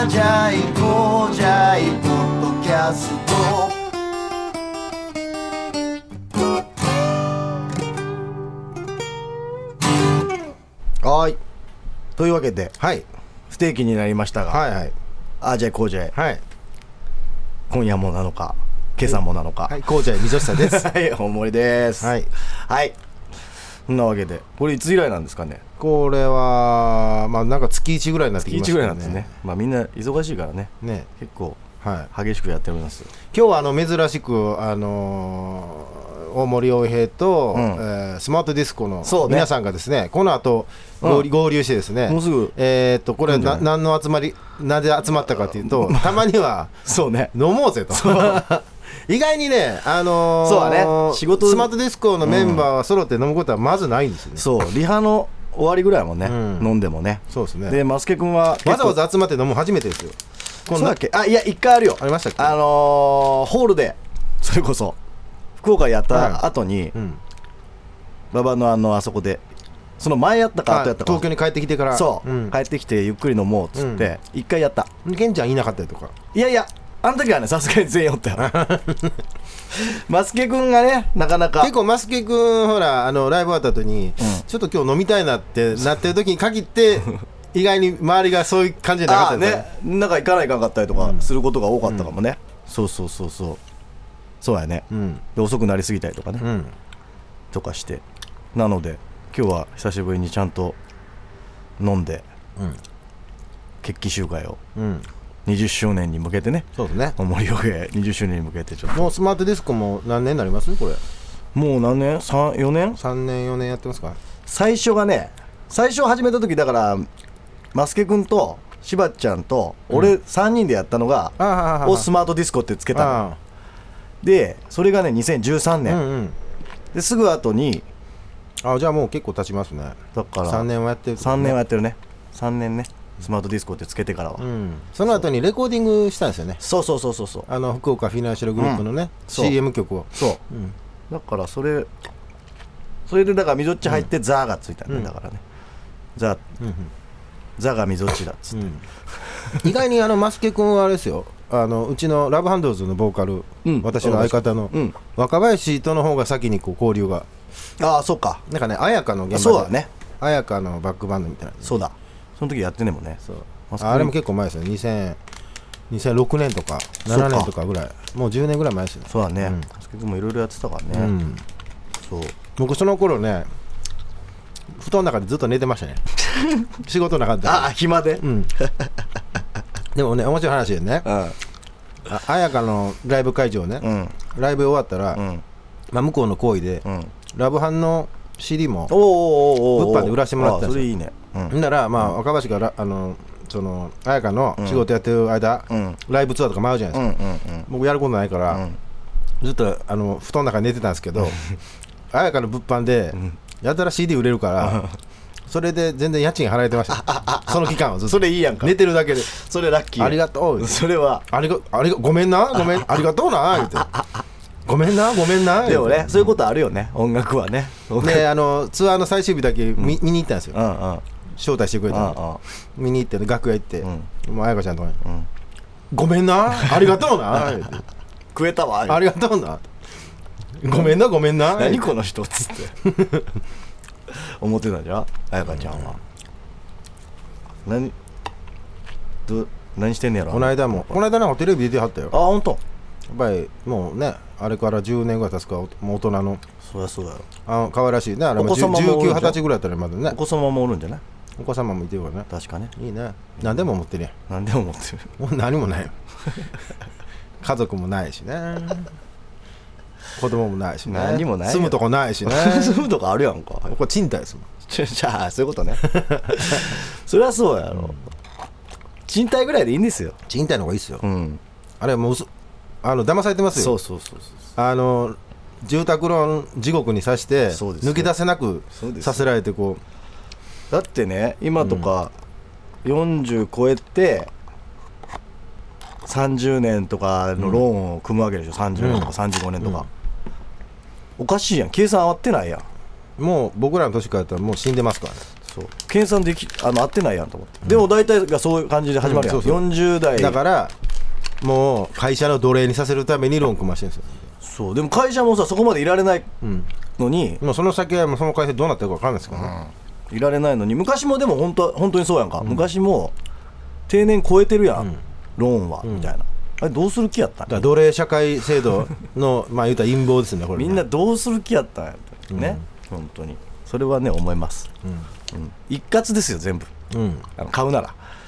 あじゃいこうじゃいポッドキャスト。 はい、というわけで、 はい、 不定期になりましたが、 はいはいあじゃいこうじゃい、 はい、 今夜もなのか今朝もなのか、 はい、こうじゃいみぞしさですはい、大森です。 はいはい、そんなわけでこれいつ以来なんですかね。 これはまあなんか月1ぐらいになってきましたね。 月1ぐらいなんですね。まあみんな忙しいからね、 ね、 結構はい、 激しくやっております。 今日は珍しく大森洋平と、スマートディスコの皆さんがですね、この後合流してですね、 もうすぐこれは何の集まり、なぜ集まったかというと、たまにはそうね、 飲もうぜと意外にね、 そうだね、仕事スマートディスコのメンバーは揃って飲むことはまずないんですよね。 そう、リハの終わりぐらいもね、飲んでもね。 そうですね。 でマスケ君はわざわざ集まって飲む初めてですよ。 そうだっけ。あ、いや一回あるよ。 ありましたっけ。 ホールでそれこそ福岡やった後に、馬場のあそこで、その前やったか後やったか、 東京に帰ってきてから、 そう、帰ってきてゆっくり飲もうっつって一回やった。 ケンちゃんいなかったりとか。 いやいや、あの時はねさすがに全員おったよマスケ君がね、なかなか結構マスケ君ほらライブ終わった後に、ちょっと今日飲みたいなってなってる時に限って意外に周りがそういう感じじゃなかったね、なんか行かないかんかったりとかすることが多かったかもね。そうそうそうそう、そうやね、で遅くなりすぎたりとかね、とかして、なので今日は久しぶりにちゃんと飲んで、決起集会を、20周年に向けてね。 そうですね、 大森洋平20周年に向けてちょっともうスマートディスコも何年になりますこれ。 もう何年 ?4 年 ?3 年4年やってますか。 最初がね、最初始めた時だからマスケ君としばちゃんと俺3人でやったのが、をスマートディスコってつけたので、それがね2013年、ですぐ後に、 じゃあもう結構経ちますね。 だから 3年はやってる、 3年はやってるね。3年ね、スマートディスコってつけてからは、 その後にレコーディングしたんですよね。 そうそうそうそうそう、 福岡フィナンシャルグループのね、CM 曲を。 そう、だからそれでだからみぞっち入ってザーがついたんだからね、ザがみぞっちだっつって、 意外にマスケ君はあれですよ、うちのラブハンドルズのボーカル、私の相方の若林との方が先にこう交流が。 ああそうか、 なんかね、綾香の現場で、 そうだね、 綾香のバックバンドみたいな。 そうだ、その時やってねもね。 そう、あれも結構前ですよ、2006年とか7年とかぐらい、もう10年ぐらい前ですよ。 そうだね、マスケ君もいろいろやってたからね、そう、 僕その頃ね、布団の中でずっと寝てましたね仕事なかったら。 暇で、 でもね、面白い話でね、綾香のライブ会場ね、ライブ終わったら、向こうの行為で、ラブハンの CD も物販で売らせてもらったんですよ。 それいいね。 なら若林がその綾香の仕事やってる間、ライブツアーとか回るじゃないですか。僕やることないから、ずっと布団の中に寝てたんですけど綾香の物販でやたら CD 売れるからそれで全然家賃払えてましたその期間はずっと。 それいいやんか、 寝てるだけで。 それラッキー、 ありがとう。 それはごめんな、ごめん、ありがとうな言ってごめんなごめんな。 でもね、そういうことあるよね、音楽はね。 でツアーの最終日だけ見に行ったんですよ。招待してくれたの。見に行って楽屋行って、もう彩香ちゃんとかにごめんな、ありがとうな食えたわ、 ありがとうな、ごめんなごめんな、 何この人っつって思ってたじゃん、彩香ちゃんは。何してんねやろ。 この間なんかテレビ出てはったよ。 あ、ほんと。 やっぱりもうね、あれから10年ぐらい経つか、もう大人の。 そうだそうだよ、 可愛らしいね。あれも19、20歳ぐらいだったらまだね。 お子様もおるんじゃない。 お子様もいてるからね。 確かね。 いいね。何でも持ってるやん。 何でも持ってる。 もう何もないよ家族もないしね、子供もないしね、 何もないよ、 住むとこないしね住むとこあるやんか。 これ賃貸ですもん。 じゃあそういうことねそりゃそうやろ、賃貸ぐらいでいいんですよ。 賃貸の方がいいですよ、あれはもう騙されてますよ。 そう住宅ローン地獄にさして抜け出せなくさせられて、こうだってね、今とか40超えて30年とかのローンを組むわけでしょ。30年とか35年とか、おかしいやん、計算合ってないやん。 もう僕らの年からやったらもう死んでますからね。 そう計算でき合ってないやんと思って、でも大体がそういう感じで始まるやん、40代だからもう会社の奴隷にさせるためにローン組ましてるんですよ。 そうでも会社もさそこまでいられないのに、 もうその先はもうその会社どうなってるか分かんないですけどね、 いられないのに、昔もでも本当にそうやんか、昔も定年超えてるやん、ローンは、みたいな、あれどうする気やったんだから奴隷社会制度のまあ言うたら陰謀ですねこれね。 みんなどうする気やったんやね、本当にそれはね思います、一括ですよ全部、買うなら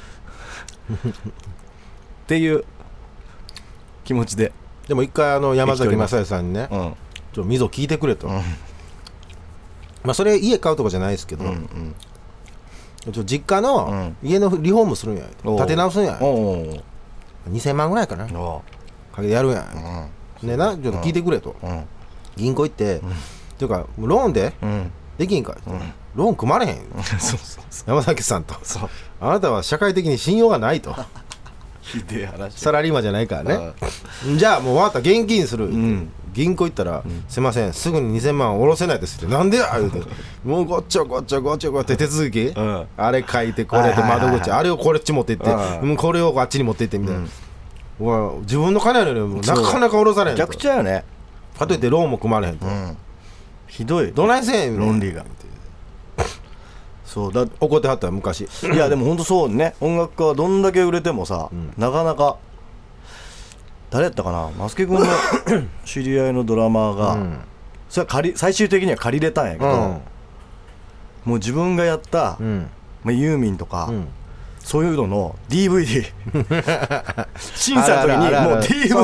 っていう気持ちで。 でも一回山崎正義さんにね、ちょ溝聞いてくれと、まあそれ家買うとかじゃないですけど、実家の家のリフォームするんや、建て直すんや、2000万ぐらいかなかけてやるんや、ねな、ちょっと聞いてくれと、銀行行って、っていうかローンでできんか、ローン組まれへん山崎さんと、あなたは社会的に信用がないとひでえ話、 サラリーマンじゃないからね、じゃあもう分かった現金する、銀行行ったら、すいませんすぐに2000万下ろせないですって、なんでや言うてもうごっちゃごっちゃごっちゃごって手続き、あれ書いてこれで窓口、あれをこっち持って行って、これをあっちに持って行ってみたいな、自分の金やのになかなか下ろされへんと、 逆ちゃよね、 かといってローンも組まれへんと、 ひどいどないせん論理がそうだ怒ってはったよ昔。いやでも本当そうね、音楽家はどんだけ売れてもさ、なかなか誰やったかな、マスケ君の知り合いのドラマーが、それは最終的には借りれたんやけど、もう自分がやった、ユーミンとか、そういうのの DVD 審査の時にもう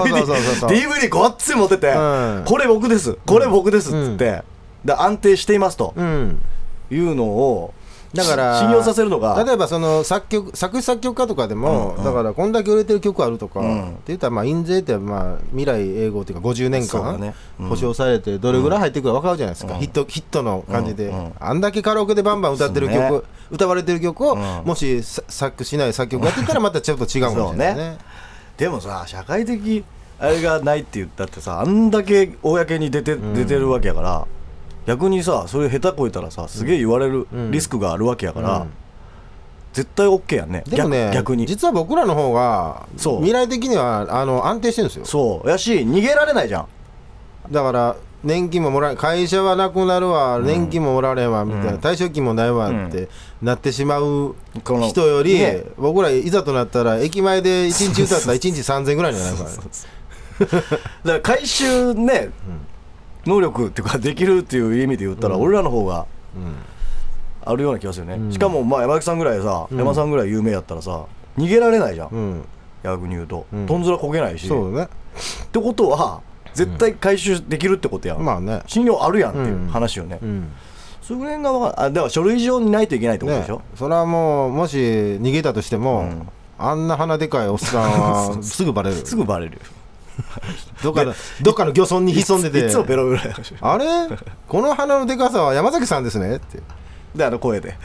DVD ごっつい持ってて、これ僕ですこれ僕ですっつって、で安定していますというのをだから信用させるのが、 例えばその作詞作曲家とかでも、だからこんだけ売れてる曲あるとか、って言ったらまあ印税ってまあ未来永劫っていうか50年間保証されてどれぐらい入ってくるか分かるじゃないですか、ヒットの感じで、あんだけカラオケでバンバン歌ってる曲、歌われてる曲をもし作詞ない作曲やってたらまたちょっと違うかもしれないね。 でもさ社会的あれがないって言ったってさ、あんだけ公に出てるわけやから、逆にさそれ下手こいたらさすげえ言われるリスクがあるわけやから、絶対 OK やんね。 でもね逆に実は僕らの方が未来的には安定してるんですよ。 そうやし逃げられないじゃん。 だから年金ももらえ、会社はなくなるわ、年金ももらわれんわみたいな、退職金もないわってなってしまう人より、僕らいざとなったら駅前で1日歌ったら1日3000円ぐらいになるからね。 だから回収ね、能力っていうかできるっていう意味で言ったら、俺らの方があるような気がするね。しかもまあ山木さんぐらいさ、山さんぐらい有名やったらさ逃げられないじゃん、逆に言うと、とんずらこけないし、 そうだね。 ってことは絶対回収できるってことやん、 まあね、 信用あるやんっていう話よね。それが分かる。だから書類上にないといけないってことでしょ。 それはもうもし逃げたとしても、あんな鼻でかいおっさんはすぐバレる。 すぐバレるよ。 どっかの漁村に潜んでて、 いつもベロベロや。 あれこの鼻のでかさは山崎さんですねってで声で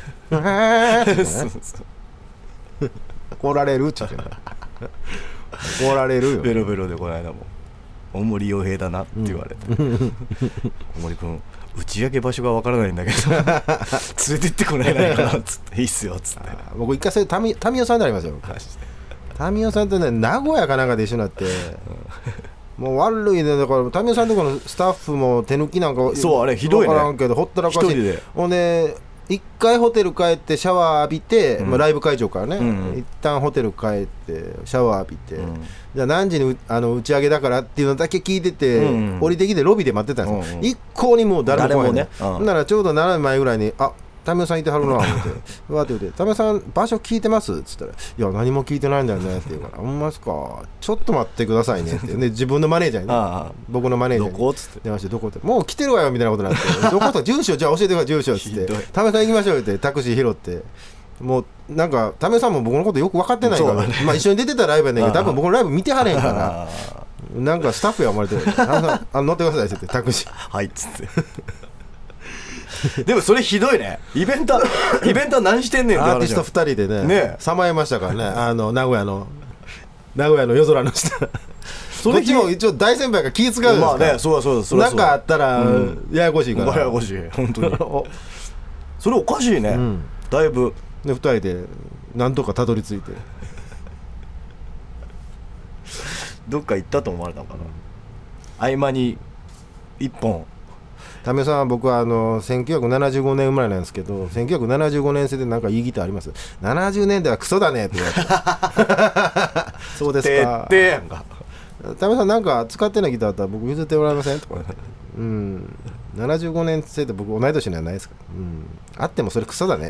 怒られるって言って怒られるよ。 ベロベロでこの間も大森洋平だなって言われて、大森君打ち上げ場所がわからないんだけど連れてってこないかなっつっていいっすよっつって、 僕一回それタミオさんでありますよ。タミオさんとね名古屋かなんかで一緒になって、もう悪いね。だからタミオさんとこのスタッフも手抜きなんかそうあれひどいね。 分からんけどほったらかし、ほんで一回ホテル帰ってシャワー浴びて、ライブ会場からね、一旦ホテル帰ってシャワー浴びて、じゃあ何時に打ち上げだからっていうのだけ聞いてて、降りてきてロビーで待ってたんですよ。一向にもう誰も来ないね。ほんならちょうど7年前ぐらいにタミオさんいてはるな思ってわーって言って、タミオさん場所聞いてますっつったら、いや何も聞いてないんだよねって言うから、ほんまですか、ちょっと待ってくださいねってで自分のマネージャーに、僕のマネージャーにどこっつって電話して、どこってもう来てるわよみたいなことになってどこと住所じゃあ教えてください住所っつってタミオさん行きましょうってタクシー拾って、もうなんかタミオさんも僕のことよく分かってないから、まあ一緒に出てたライブやねんけど、多分僕のライブ見てはれんからなんかスタッフや思われて乗ってくださいって言ってタクシーはいっつってでもそれひどいね。イベント何してんねんって話。 アーティスト2人でねさまえましたからね、名古屋の夜空の下それこっちも一応大先輩が気使うじゃないですか。 まあね、そうなんかあったらややこしいから。 ややこしい本当にそれおかしいね、だいぶ。 で2人でなんとかたどり着いてどっか行ったと思われたのかな、合間に1本。 タメさんは僕は1975年生まれなんですけど、1975年生でなんかいいギターあります？70年代はクソだねって言われてそうですか。 てやんか。 タメさんなんか使ってないギターあったら僕譲ってもらえませんとか75年生って僕同い年にはないですか、あってもそれクソだね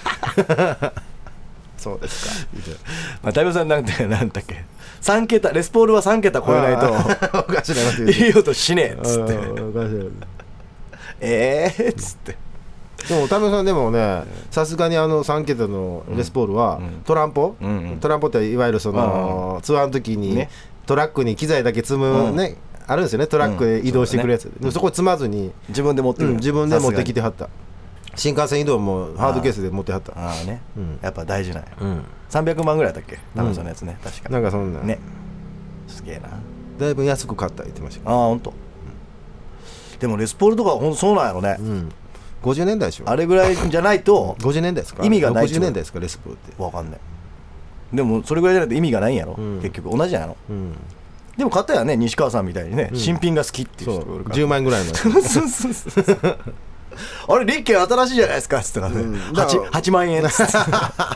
そうですか。 まあ、タイムさんなんだっけ3桁、レスポールは3桁超えないとおかしなこと言ういい音しねえっつっておかしいっつって。 でもタメさんでもね、さすがに3桁のレスポールはトランポ、トランポっていわゆるそのツアーの時にトラックに機材だけ積むね、あるんですよね、トラックで移動してくるやつ、でもそこ積まずに自分で持ってる、 自分で持ってきてはった。新幹線移動もハードケースで持ってはった。 ああね、やっぱ大事なんや、300万ぐらいだっけタメさんのやつね、確かなんかそんなね、すげえな。 だいぶ安く買った言ってましたけど。 ああほんと。でもレスポールとかほんとそうなんやろね、 50年代でしょあれぐらいじゃないと 50年代ですか、 意味がない。 60年代ですかレスポールって分かんない。でもそれぐらいじゃないと意味がないんやろ、結局同じじゃないの、でも片やね西川さんみたいにね、新品が好きっていう人がおるから、 10万円ぐらいのそうあれリッケン新しいじゃないですかっつったらね、8万円っつって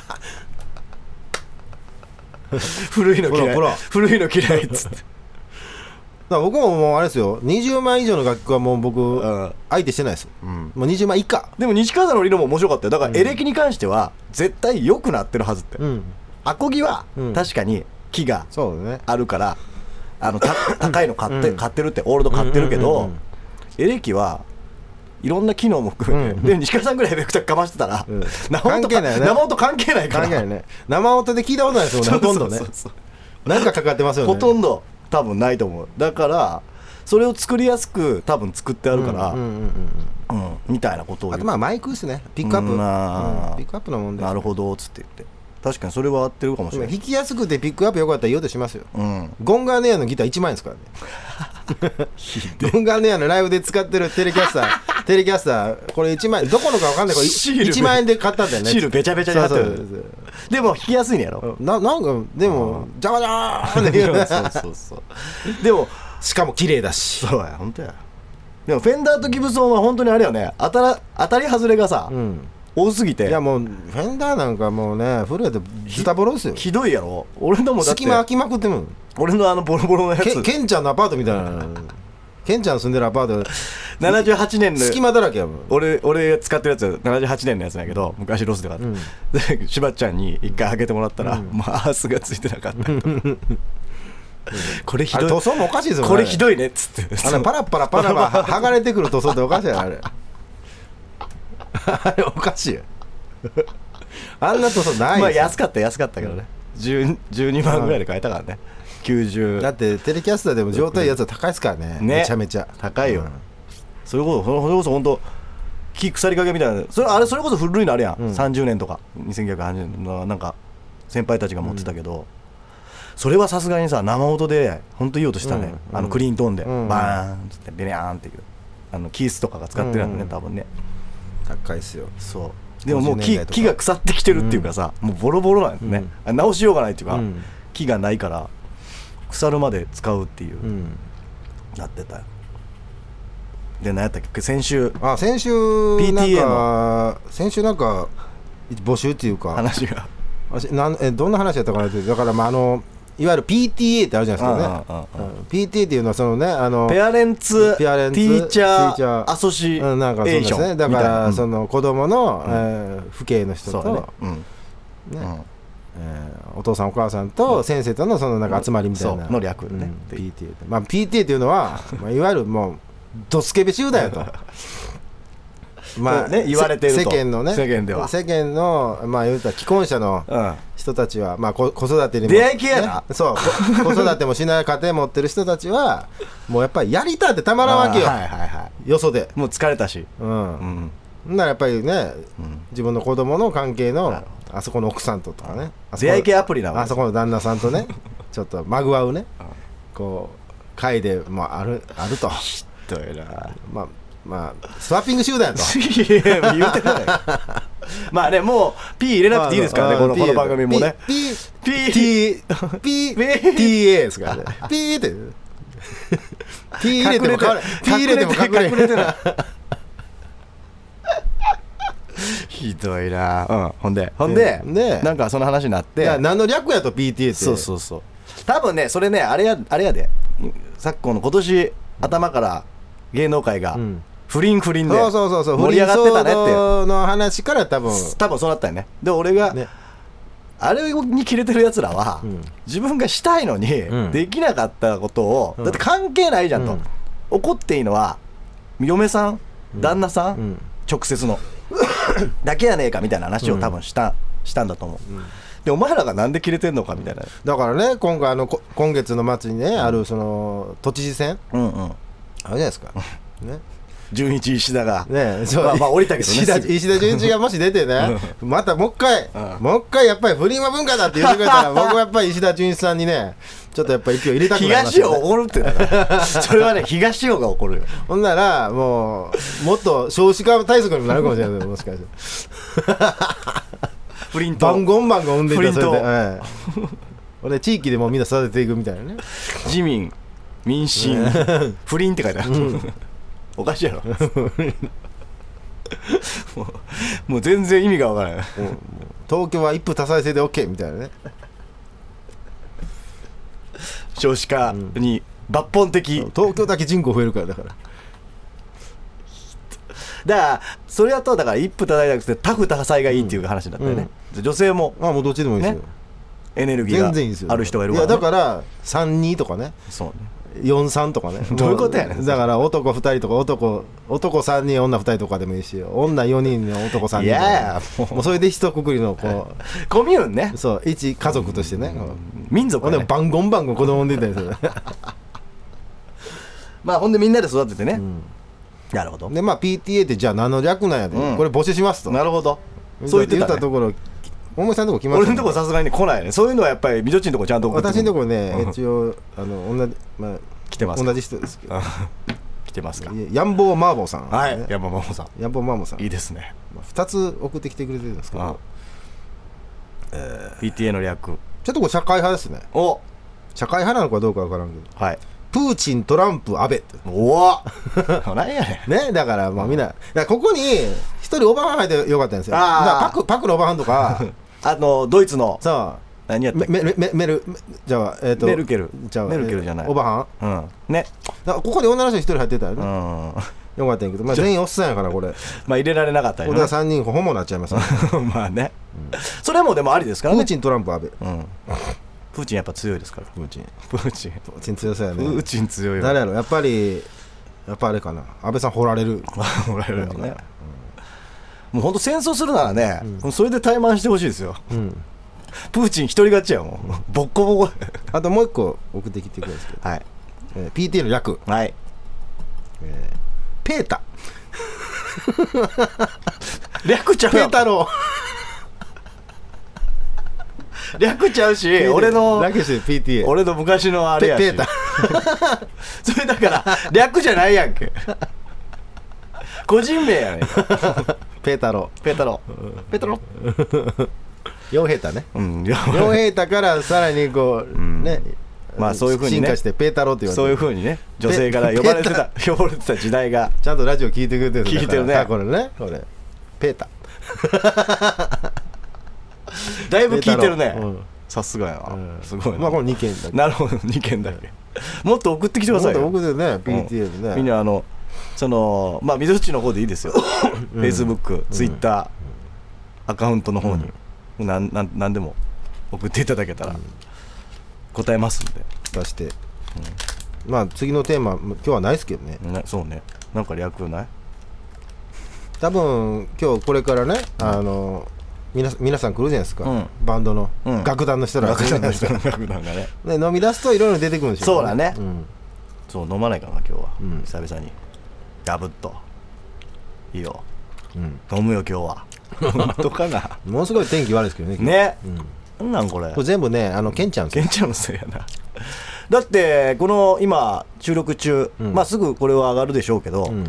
古いの嫌い、古いの嫌いっつって僕ももうあれですよ、20万以上の楽曲はもう僕相手してないです、もう20万以下。 でも西川さんの理論も面白かったよ。だからエレキに関しては絶対良くなってるはずって、アコギは確かに木があるから高いの買ってるって、オールド買ってるけど、エレキはいろんな機能も含めて、で西川さんぐらいエフェクターかましてたら生音関係ないから、 生音で聞いたことないですよね、ほとんどね。なんかかかってますよね、 ほとんど多分ないと思う。だからそれを作りやすく多分作ってあるからみたいなことを言う。 あとマイクですね、ピックアップ、ピックアップの問題。 なるほどっつって言って、確かにそれは合ってるかもしれない。 弾きやすくてピックアップよかったら言おうとしますよ、ゴンガーネアのギター1万円ですからねゴンガーネアのライブで使ってるテレキャスターこれ1万円、どこのか分かんないけど1万円で買ったんだよね。 シールべちゃべちゃに貼ってる。でも弾きやすいんやろ。 なんかでもジャバジャーンって言うそうでもしかも綺麗だし。 そうや、本当や。でもフェンダーとギブソンは本当にあれよね、当たり外れがさ、多すぎて。 いやもうフェンダーなんかもうね、フルやとズタボロですよ。 ひどいやろ。俺のもだって隙間空きまくっても俺のボロボロのやつ、 ケンちゃんのアパートみたいなケンちゃん住んでるアパート 78年の隙間だらけやもん。 俺が使ってるやつ78年のやつなんやけど、昔ロスで買った、しばっちゃんに一回開けてもらったら、もうアースがついてなかったこれひどい、 塗装もおかしいですよね、 これひどいねっつって、 パラパラ剥がれてくる塗装っておかしいよ、あれあれおかしいよあんな塗装ないですよ。 まあ安かったけどね、12万ぐらいで買えたからね、90。 だってテレキャスターでも状態やつは高いですからね、めちゃめちゃ高いよ、それこそ本当木腐りかけみたいな、それこそ古いのあるやん、30年とか2980年のなんか先輩たちが持ってたけど、それはさすがにさ生音で本当いい音したね、クリーントーンで、バーンってってビリャーンっていうキースとかが使ってるんだね、多分ね。 高いっすよ。 そうでももう木が腐ってきてるっていうかさ、もうボロボロなんですね、直しようがないっていうか、木がないから腐るまで使うっていう、なってたよ。で何やったっけ、先週 PTA の先週なんか募集っていうか話がどんな話やったかなって。だからいわゆる PTA ってあるじゃないですかね。PTA っていうのはそのね、 ペアレンツティーチャーアソシエーション、 だからその子供の父兄の人とお父さんお母さんと先生とのそのなんか集まりみたいなの略ね、 PTA まあ PTA っていうのはいわゆるもうドスケベ集団やとまあね、言われてると世間のね、世間のまあ言うたら既婚者の人たちは、まあ子育てにも出会い系やな、 そう子育てもしない家庭持ってる人たちはもうやっぱりやりたってたまらんわけよ、よそでもう疲れたし、 ならやっぱりね、自分の子供の関係のあそこの奥さんとかね、 出会い系アプリなわ、 あそこの旦那さんとねちょっとまぐわうねこう会でもあるとひどいな、 まあまあスワッピング集団やといや言うてないまあねもう P 入れなくていいですからねこの番組もね PTA ですからね P って P 入れても隠れてないひどいな、ほんでなんかその話になって、 いや何の略やと PTA ってそう多分ねそれねあれやで昨今の今年頭から芸能界が不倫で盛り上がってたねっての話から多分そうだったよね。で俺が、ね、あれにキレてるやつらは、自分がしたいのにできなかったことを、だって関係ないじゃんと、怒っていいのは嫁さん旦那さん、直接のだけやねえかみたいな話を多分したんだと思う、でお前らがなんでキレてんのかみたいな。だからね今回今月の末にね、あるその都知事選、あるじゃないですかね純一石田がねまあ降りたけどね石田純一がもし出てねまたもう一回やっぱり不倫は文化だって言ってくれたら僕はやっぱり石田純一さんにねちょっとやっぱり勢い入れたくなりますよね。 東尾怒るってだからそれはね東尾が怒るよ。 ほんならもっと少子化対策にもなるかもしれないもしかして不倫と番号生んでいたそれで、俺地域でもみんな育てていくみたいなね自民民進不倫って書いてある、おかしいやろもう全然意味がわからない東京は一夫多妻制で OK みたいなね少子化に抜本的、 東京だけ人口増えるからだからそれだとだから一夫多妻じゃなくて多夫多妻がいいっていう話だったよね、女性ももうどっちでもいいですよ、 ね、エネルギーがある人がいるから、 ね、いやだから32とかねそうね 43とかねどういうことやねん。 だから男2人とか男3人女2人とかでもいいし女4人の男3人とか、 いやもうそれで一括りのこうコミューンね、 そう一家族としてね、 民族ね、 でもバンゴン子供産んでたんですよまあほんでみんなで育ててね、なるほど。 でまあ PTA ってじゃあ何の略なんやで、これ募集しますと。 なるほど、そう言ったところ大森さんのとこ来ました、 俺のとこさすがに来ないね。そういうのはやっぱりみどっちのとこちゃんと送ってくる。 私のとこね一応同じ、まあ、 来てます同じ人ですけど来てますか。 ヤンボーマーボーさん、 はい、ヤンボーマーボーさん、 ヤンボーマーボーさんいいですね。 2つ送ってきてくれてるんですけど、 PTA の略ちょっとこれ社会派ですね。社会派なのかどうかわからんけど、 はい、 プーチントランプ安倍っておお何やねんね。だからまあみんなここに一人オバマ入ってよかったんですよ。だからパクのオバマとかドイツのさあ何やったっけ、 メルじゃあメルケルじゃあメルケルじゃないオバハン、ね。 だからここに女の人一人入ってたよね、よかったんやけど、まあ、全員おっさんやからこれまあ入れられなかったよね。 これは3人ホモになっちゃいますねまあね、それもでもありですからね。 プーチントランプ安倍、 プーチンやっぱ強いですから。プーチン強そうやね。 プーチン強いよ。 誰やろ、やっぱりあれかな、安倍さん掘られる掘られるよね。もう本当戦争するならね、それで怠慢してほしいですよ。プーチン一人勝ちやもんボッコボコあともう一個送ってきてくれるんですけど、 はい、 PTA の略、 はい、 ペータ略ちゃうペータロー略ちゃうし、俺の俺の昔のあれやしペータそれだから略じゃないやんけ個人名やねんペータロヨーヘータね、ヨーヘータからさらにこうね、 まあそういう風にね進化してペータロって言われて、 そういう風にね女性から呼ばれてた時代がちゃんとラジオ聞いてくれてる、 聞いてるね、 これペータだいぶ聞いてるね、さすがやな、すごいな。 まあこれ2件だけ、 なるほど、2件だけもっと送ってきてくださいよ。 もっと送ってね PTA でね、 みんなそのまあみどっちの方でいいですよFacebook、Twitter アカウントの方になんでも送っていただけたら答えますんで出して、まあ次のテーマ今日はないですけどね。 そうね、なんか略ない？ 多分今日これからね、皆さん来るじゃないですか、バンドの楽団の人らがね、飲み出すといろいろ出てくるんですよ。 そうだね、そう飲まないかな今日は、久々にガブッといいよ、飲むよ今日は本当かな。 ものすごい天気悪いですけどねね、なんこれ全部ねケンちゃんのせいやなだってこの今収録中、まあすぐこれは上がるでしょうけど、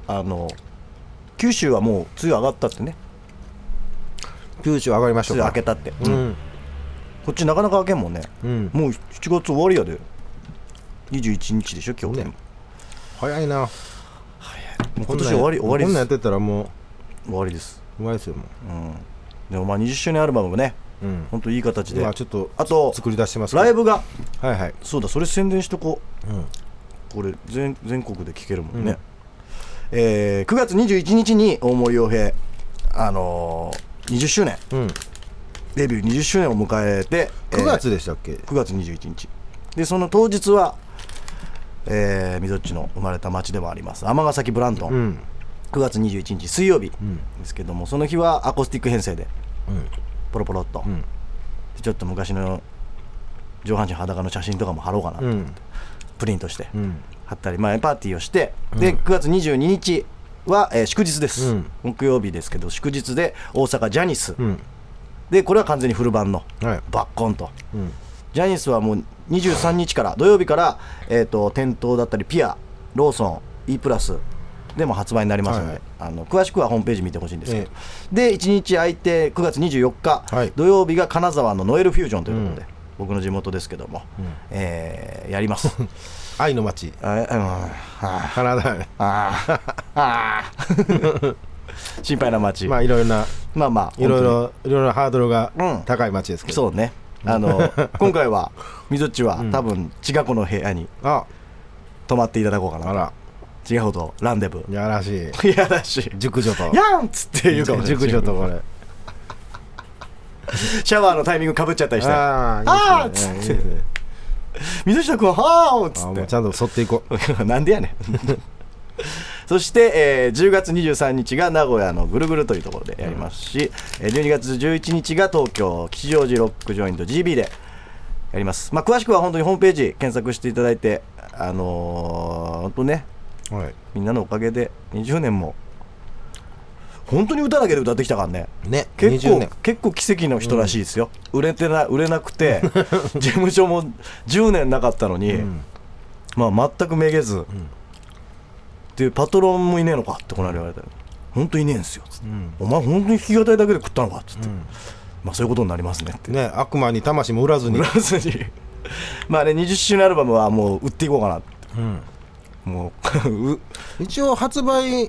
九州はもう梅雨上がったってね。 九州上がりましたか。 梅雨明けたって、こっちなかなか明けんもんね、もう7月終わりやで。21日でしょ今日ね。 早いな。 もう今年終わりです。 こんなんやってたらもう終わりです。 終わりですよもう。 でもまあ20周年アルバムもね、本当いい形で、 ちょっとあと作り出してますライブが、そうだ、それ宣伝しとこう、これ全国で聴けるもんね。9月21日に大森洋平20周年、デビュー20周年を迎えて、 9月でしたっけ。 9月21日で、その当日は、みぞっちの生まれた町でもあります尼崎ブラントン、9月21日水曜日ですけども、その日はアコースティック編成で、ポロポロっと、でちょっと昔の上半身裸の写真とかも貼ろうかなと思って、プリントして貼ったり、パーティーをして、で9月22日は、祝日です、木曜日ですけど祝日で大阪ジャニス、でこれは完全にフル版のバッコンと、ジャニスはもう23日から土曜日から、店頭だったりピア、ローソン、E プラスでも発売になりますので、詳しくはホームページ見てほしいんですけど、で1日空いて9月24日、土曜日が金沢のノエルフュージョンということで、僕の地元ですけども、やります愛の街金沢心配な街、 いろいろな、いろいろなハードルが高い街ですけど、 そうね、今回はみぞっちは多分千賀子の部屋に泊まっていただこうかな。千賀子とランデブー。 やらしい。 やらしい。 熟女と。 やんっつって言うかもしれない。 熟女とこれ。 シャワーのタイミングかぶっちゃったりして。あーっつって。水下君ははーっつって。 ちゃんと沿っていこう。なんでやねん。そして、10月23日が名古屋のぐるぐるというところでやりますし、12月11日が東京吉祥寺ロックジョイント GB でやります。詳しくは本当にホームページ検索していただいて、本当ね、みんなのおかげで20年も本当に歌だけで歌ってきたからね。結構奇跡の人らしいですよ。売れなくて事務所も10年なかったのに、全くめげず、でパトロンもいねえのかってこの間言われたら、本当にいねえんすよつって、お前本当に弾き語りだけで食ったのかっつって、そういうことになりますねってね。 悪魔に魂も売らずに 20周年アルバムはもう売っていこうかなって、もう一応発売、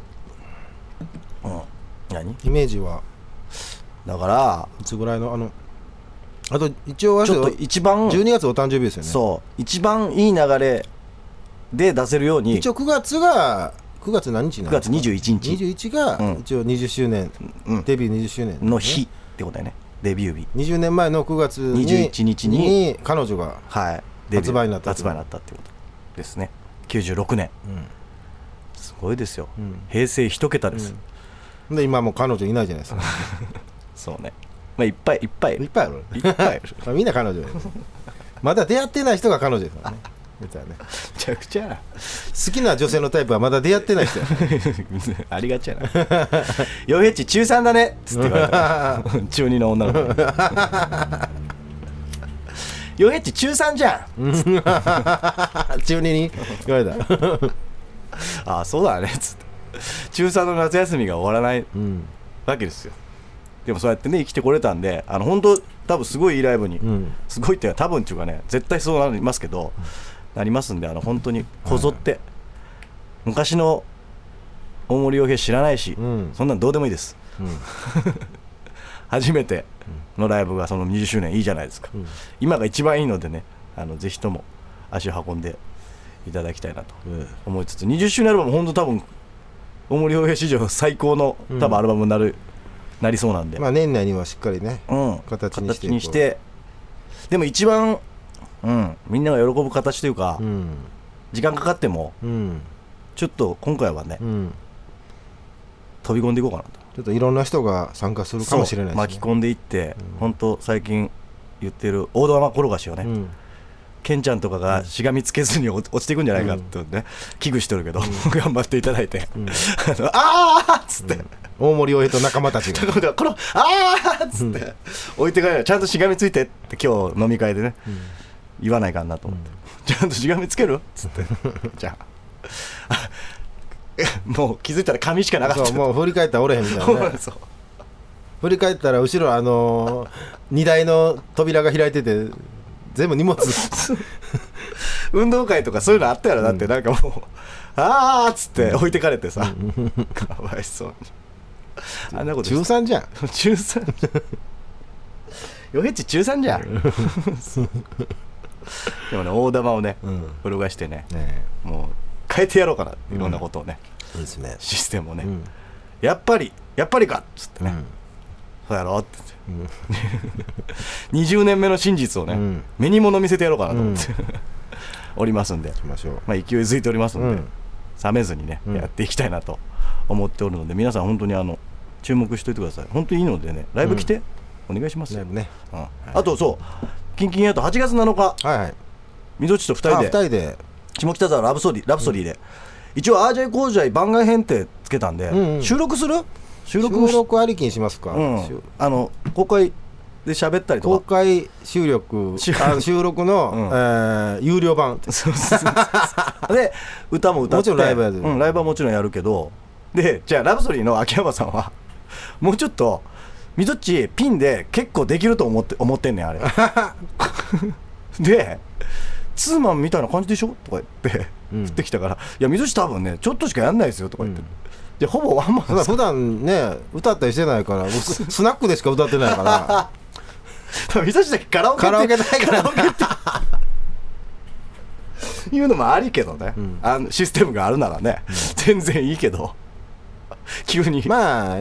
何イメージはだからいつぐらいのあと一応はちょっと一番 12月お誕生日ですよね。 そう一番いい流れで出せるように、 一応9月何日なの？ 9月21日 21が一応20周年、デビュー20周年の日ってことだよね。デビュー日 20年前の9月 21日に彼女が発売になったってことですね。96年、すごいですよ、平成一桁です、 で今もう彼女いないじゃないですかそうね、いっぱいあるみんな彼女まだ出会ってない人が彼女ですからねめちゃくちゃ好きな女性のタイプはまだ出会ってない人やありがちやなヨヘッチ中3だねっつって言われた中2の女の子ヨヘッチ中3じゃん中2に言われたああそうだねっつって中3の夏休みが終わらないわけですよ。でもそうやってね生きてこれたんで、本当多分すごいいいライブに、すごいって多分っていうかね、絶対そうなりますけど、なりますんで、本当にこぞって、昔の大森洋平知らないし、そんなんどうでもいいです、初めてのライブがその20周年いいじゃないですか、今が一番いいのでね、ぜひとも足を運んでいただきたいなと思いつつ、20周年アルバム本当多分大森洋平史上最高の多分アルバムになりそうなんで、 年内にはしっかりね、形にして、 でも一番、みんなが喜ぶ形というか、時間かかっても、ちょっと今回はね、飛び込んでいこうかなと。 ちょっといろんな人が参加するかもしれないですね。 巻き込んでいって、本当最近言ってる大玉転がしをね、ケンちゃんとかがしがみつけずに落ちていくんじゃないかってね、危惧してるけど、頑張っていただいて、あーっつって、 大森洋平と仲間たちがこのあーっつって置いて帰る、ちゃんとしがみついてって今日飲み会でね、言わないかなと思って、ちゃんとしがみつけるっつってじゃあもう気づいたら紙しかなかった。 そうもう振り返ったら折れへんみたいな、ね、 そう振り返ったら後ろ荷台の扉が開いてて全部荷物運動会とかそういうのあったやろ。だってなんかもうあーっつって置いてかれてさ、かわいそうに。あんなこと中3じゃん。 中3ヨヘッチ中3じゃんでもね大玉をね、転がしてね、もう変えてやろうかな、いろんなことをね、 いいですね、 システムをね、やっぱりかっつってね、そうやろって言って20年目の真実をね、目に物見せてやろうかなと思って、おりますんで、まあ、勢いづいておりますので、冷めずにね、やっていきたいなと思っておるので、皆さん本当に注目しておいてください。本当にいいのでね、ライブ来て、お願いしますよ、 ね。 あとそうキンキンやと8月7日、みぞっちと2人で下北沢ラブソディで、一応アージャイコージャイ番外編ってつけたんで、収録する？収録ありきにしますか。 公開で喋ったりとか、 公開収録の、有料版で歌も歌って、 もちろんライブやる、 ライブはもちろんやるけど、でじゃあラブソディの秋山さんはもうちょっとみぞっちピンで結構できると思ってんねんあれでツーマンみたいな感じでしょとか言って降ってきたから、いやみぞっち多分ねちょっとしかやんないですよとか言って、でほぼワンマン。 普段ね歌ったりしてないからスナックでしか歌ってないからみぞっちだけカラオケないからいうのもありけどね、システムがあるならね、全然いいけど急にまあ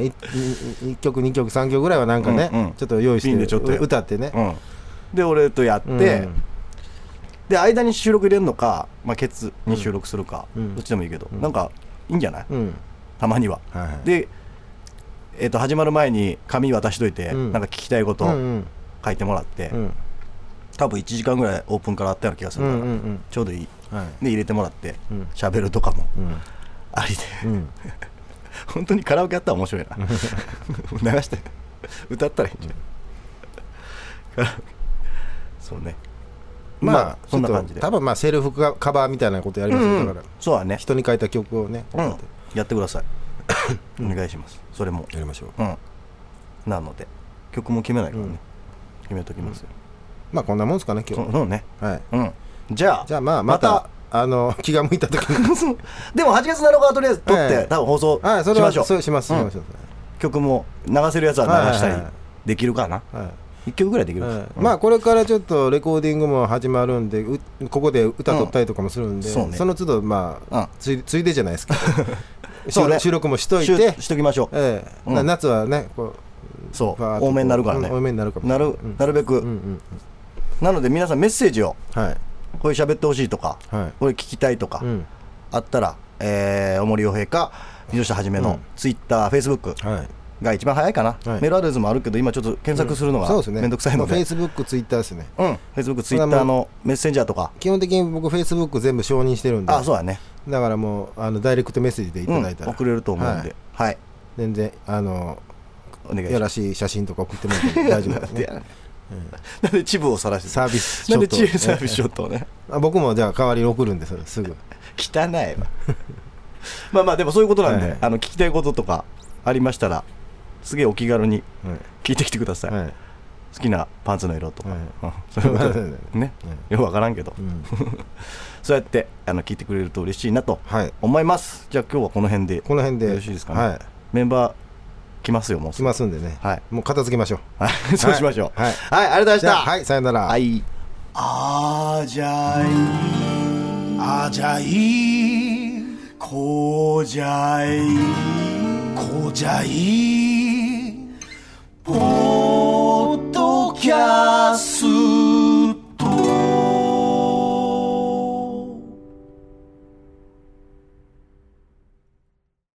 1曲2曲3曲ぐらいはなんかね、ちょっと用意してちょっと歌ってね、 で俺とやって、で間に収録入れるのか、ケツに収録するか、どっちでもいいけど、なんかいいんじゃない、たまには、で始まる前に紙渡しといて、なんか聞きたいこと書いてもらって、多分1時間ぐらいオープンからあったような気がするから、ちょうどいい、で入れてもらって喋るとかもありで、本当にカラオケやったら面白いな流して歌ったらいいんじゃないそうね、そんな感じで多分セルフカバーみたいなことやりますよ、だからそうだね、 人に書いた曲をね、 やってくださいお願いします。それもやりましょう。 なので曲も決めないからね、決めときますよ。 こんなもんですかね今日。 そうね、じゃあまた気が向いた時にでも8月7日はとりあえず撮って多分放送しましょう。 そうします。 曲も流せるやつは流したりできるかな、1曲ぐらいできる、 これからちょっとレコーディングも始まるんで、ここで歌取ったりとかもするんで、その都度ついでじゃないですか収録もしといてしときましょう。 夏はねそう多めになるからね、なるべく、なので皆さんメッセージを、これ喋ってほしいとか、これ聞きたいとかあったら、おもりよへいかみぞっちはじめのツイッター、フェイスブックが一番早いかな、メールアドレスもあるけど今ちょっと検索するのがめんどくさいので、 フェイスブック、ツイッターですね。 フェイスブック、ツイッターのメッセンジャーとか、 基本的に僕フェイスブック全部承認してるんで、 そうやね、 だからもうダイレクトメッセージでいただいたら送れると思うんで、 全然お願いします。 やらしい写真とか送ってもらって大丈夫ですねなんでチブを晒してサービスショット、 サービスショットをね僕もじゃあ代わりに送るんで、それすぐ汚いわでもそういうことなんで、聞きたいこととかありましたらすげえお気軽に聞いてきてください、好きなパンツの色とか、そういうことね、よくわからんけど、そうやって聞いてくれると嬉しいなと思います。じゃあ今日はこの辺でよろしいですかね。メンバー来ますよ、もう来ますんでね、もう片付けましょう。 そうしましょう。ありがとうございました。 はい、さよなら。 あじゃいあじゃいこじゃいこじゃい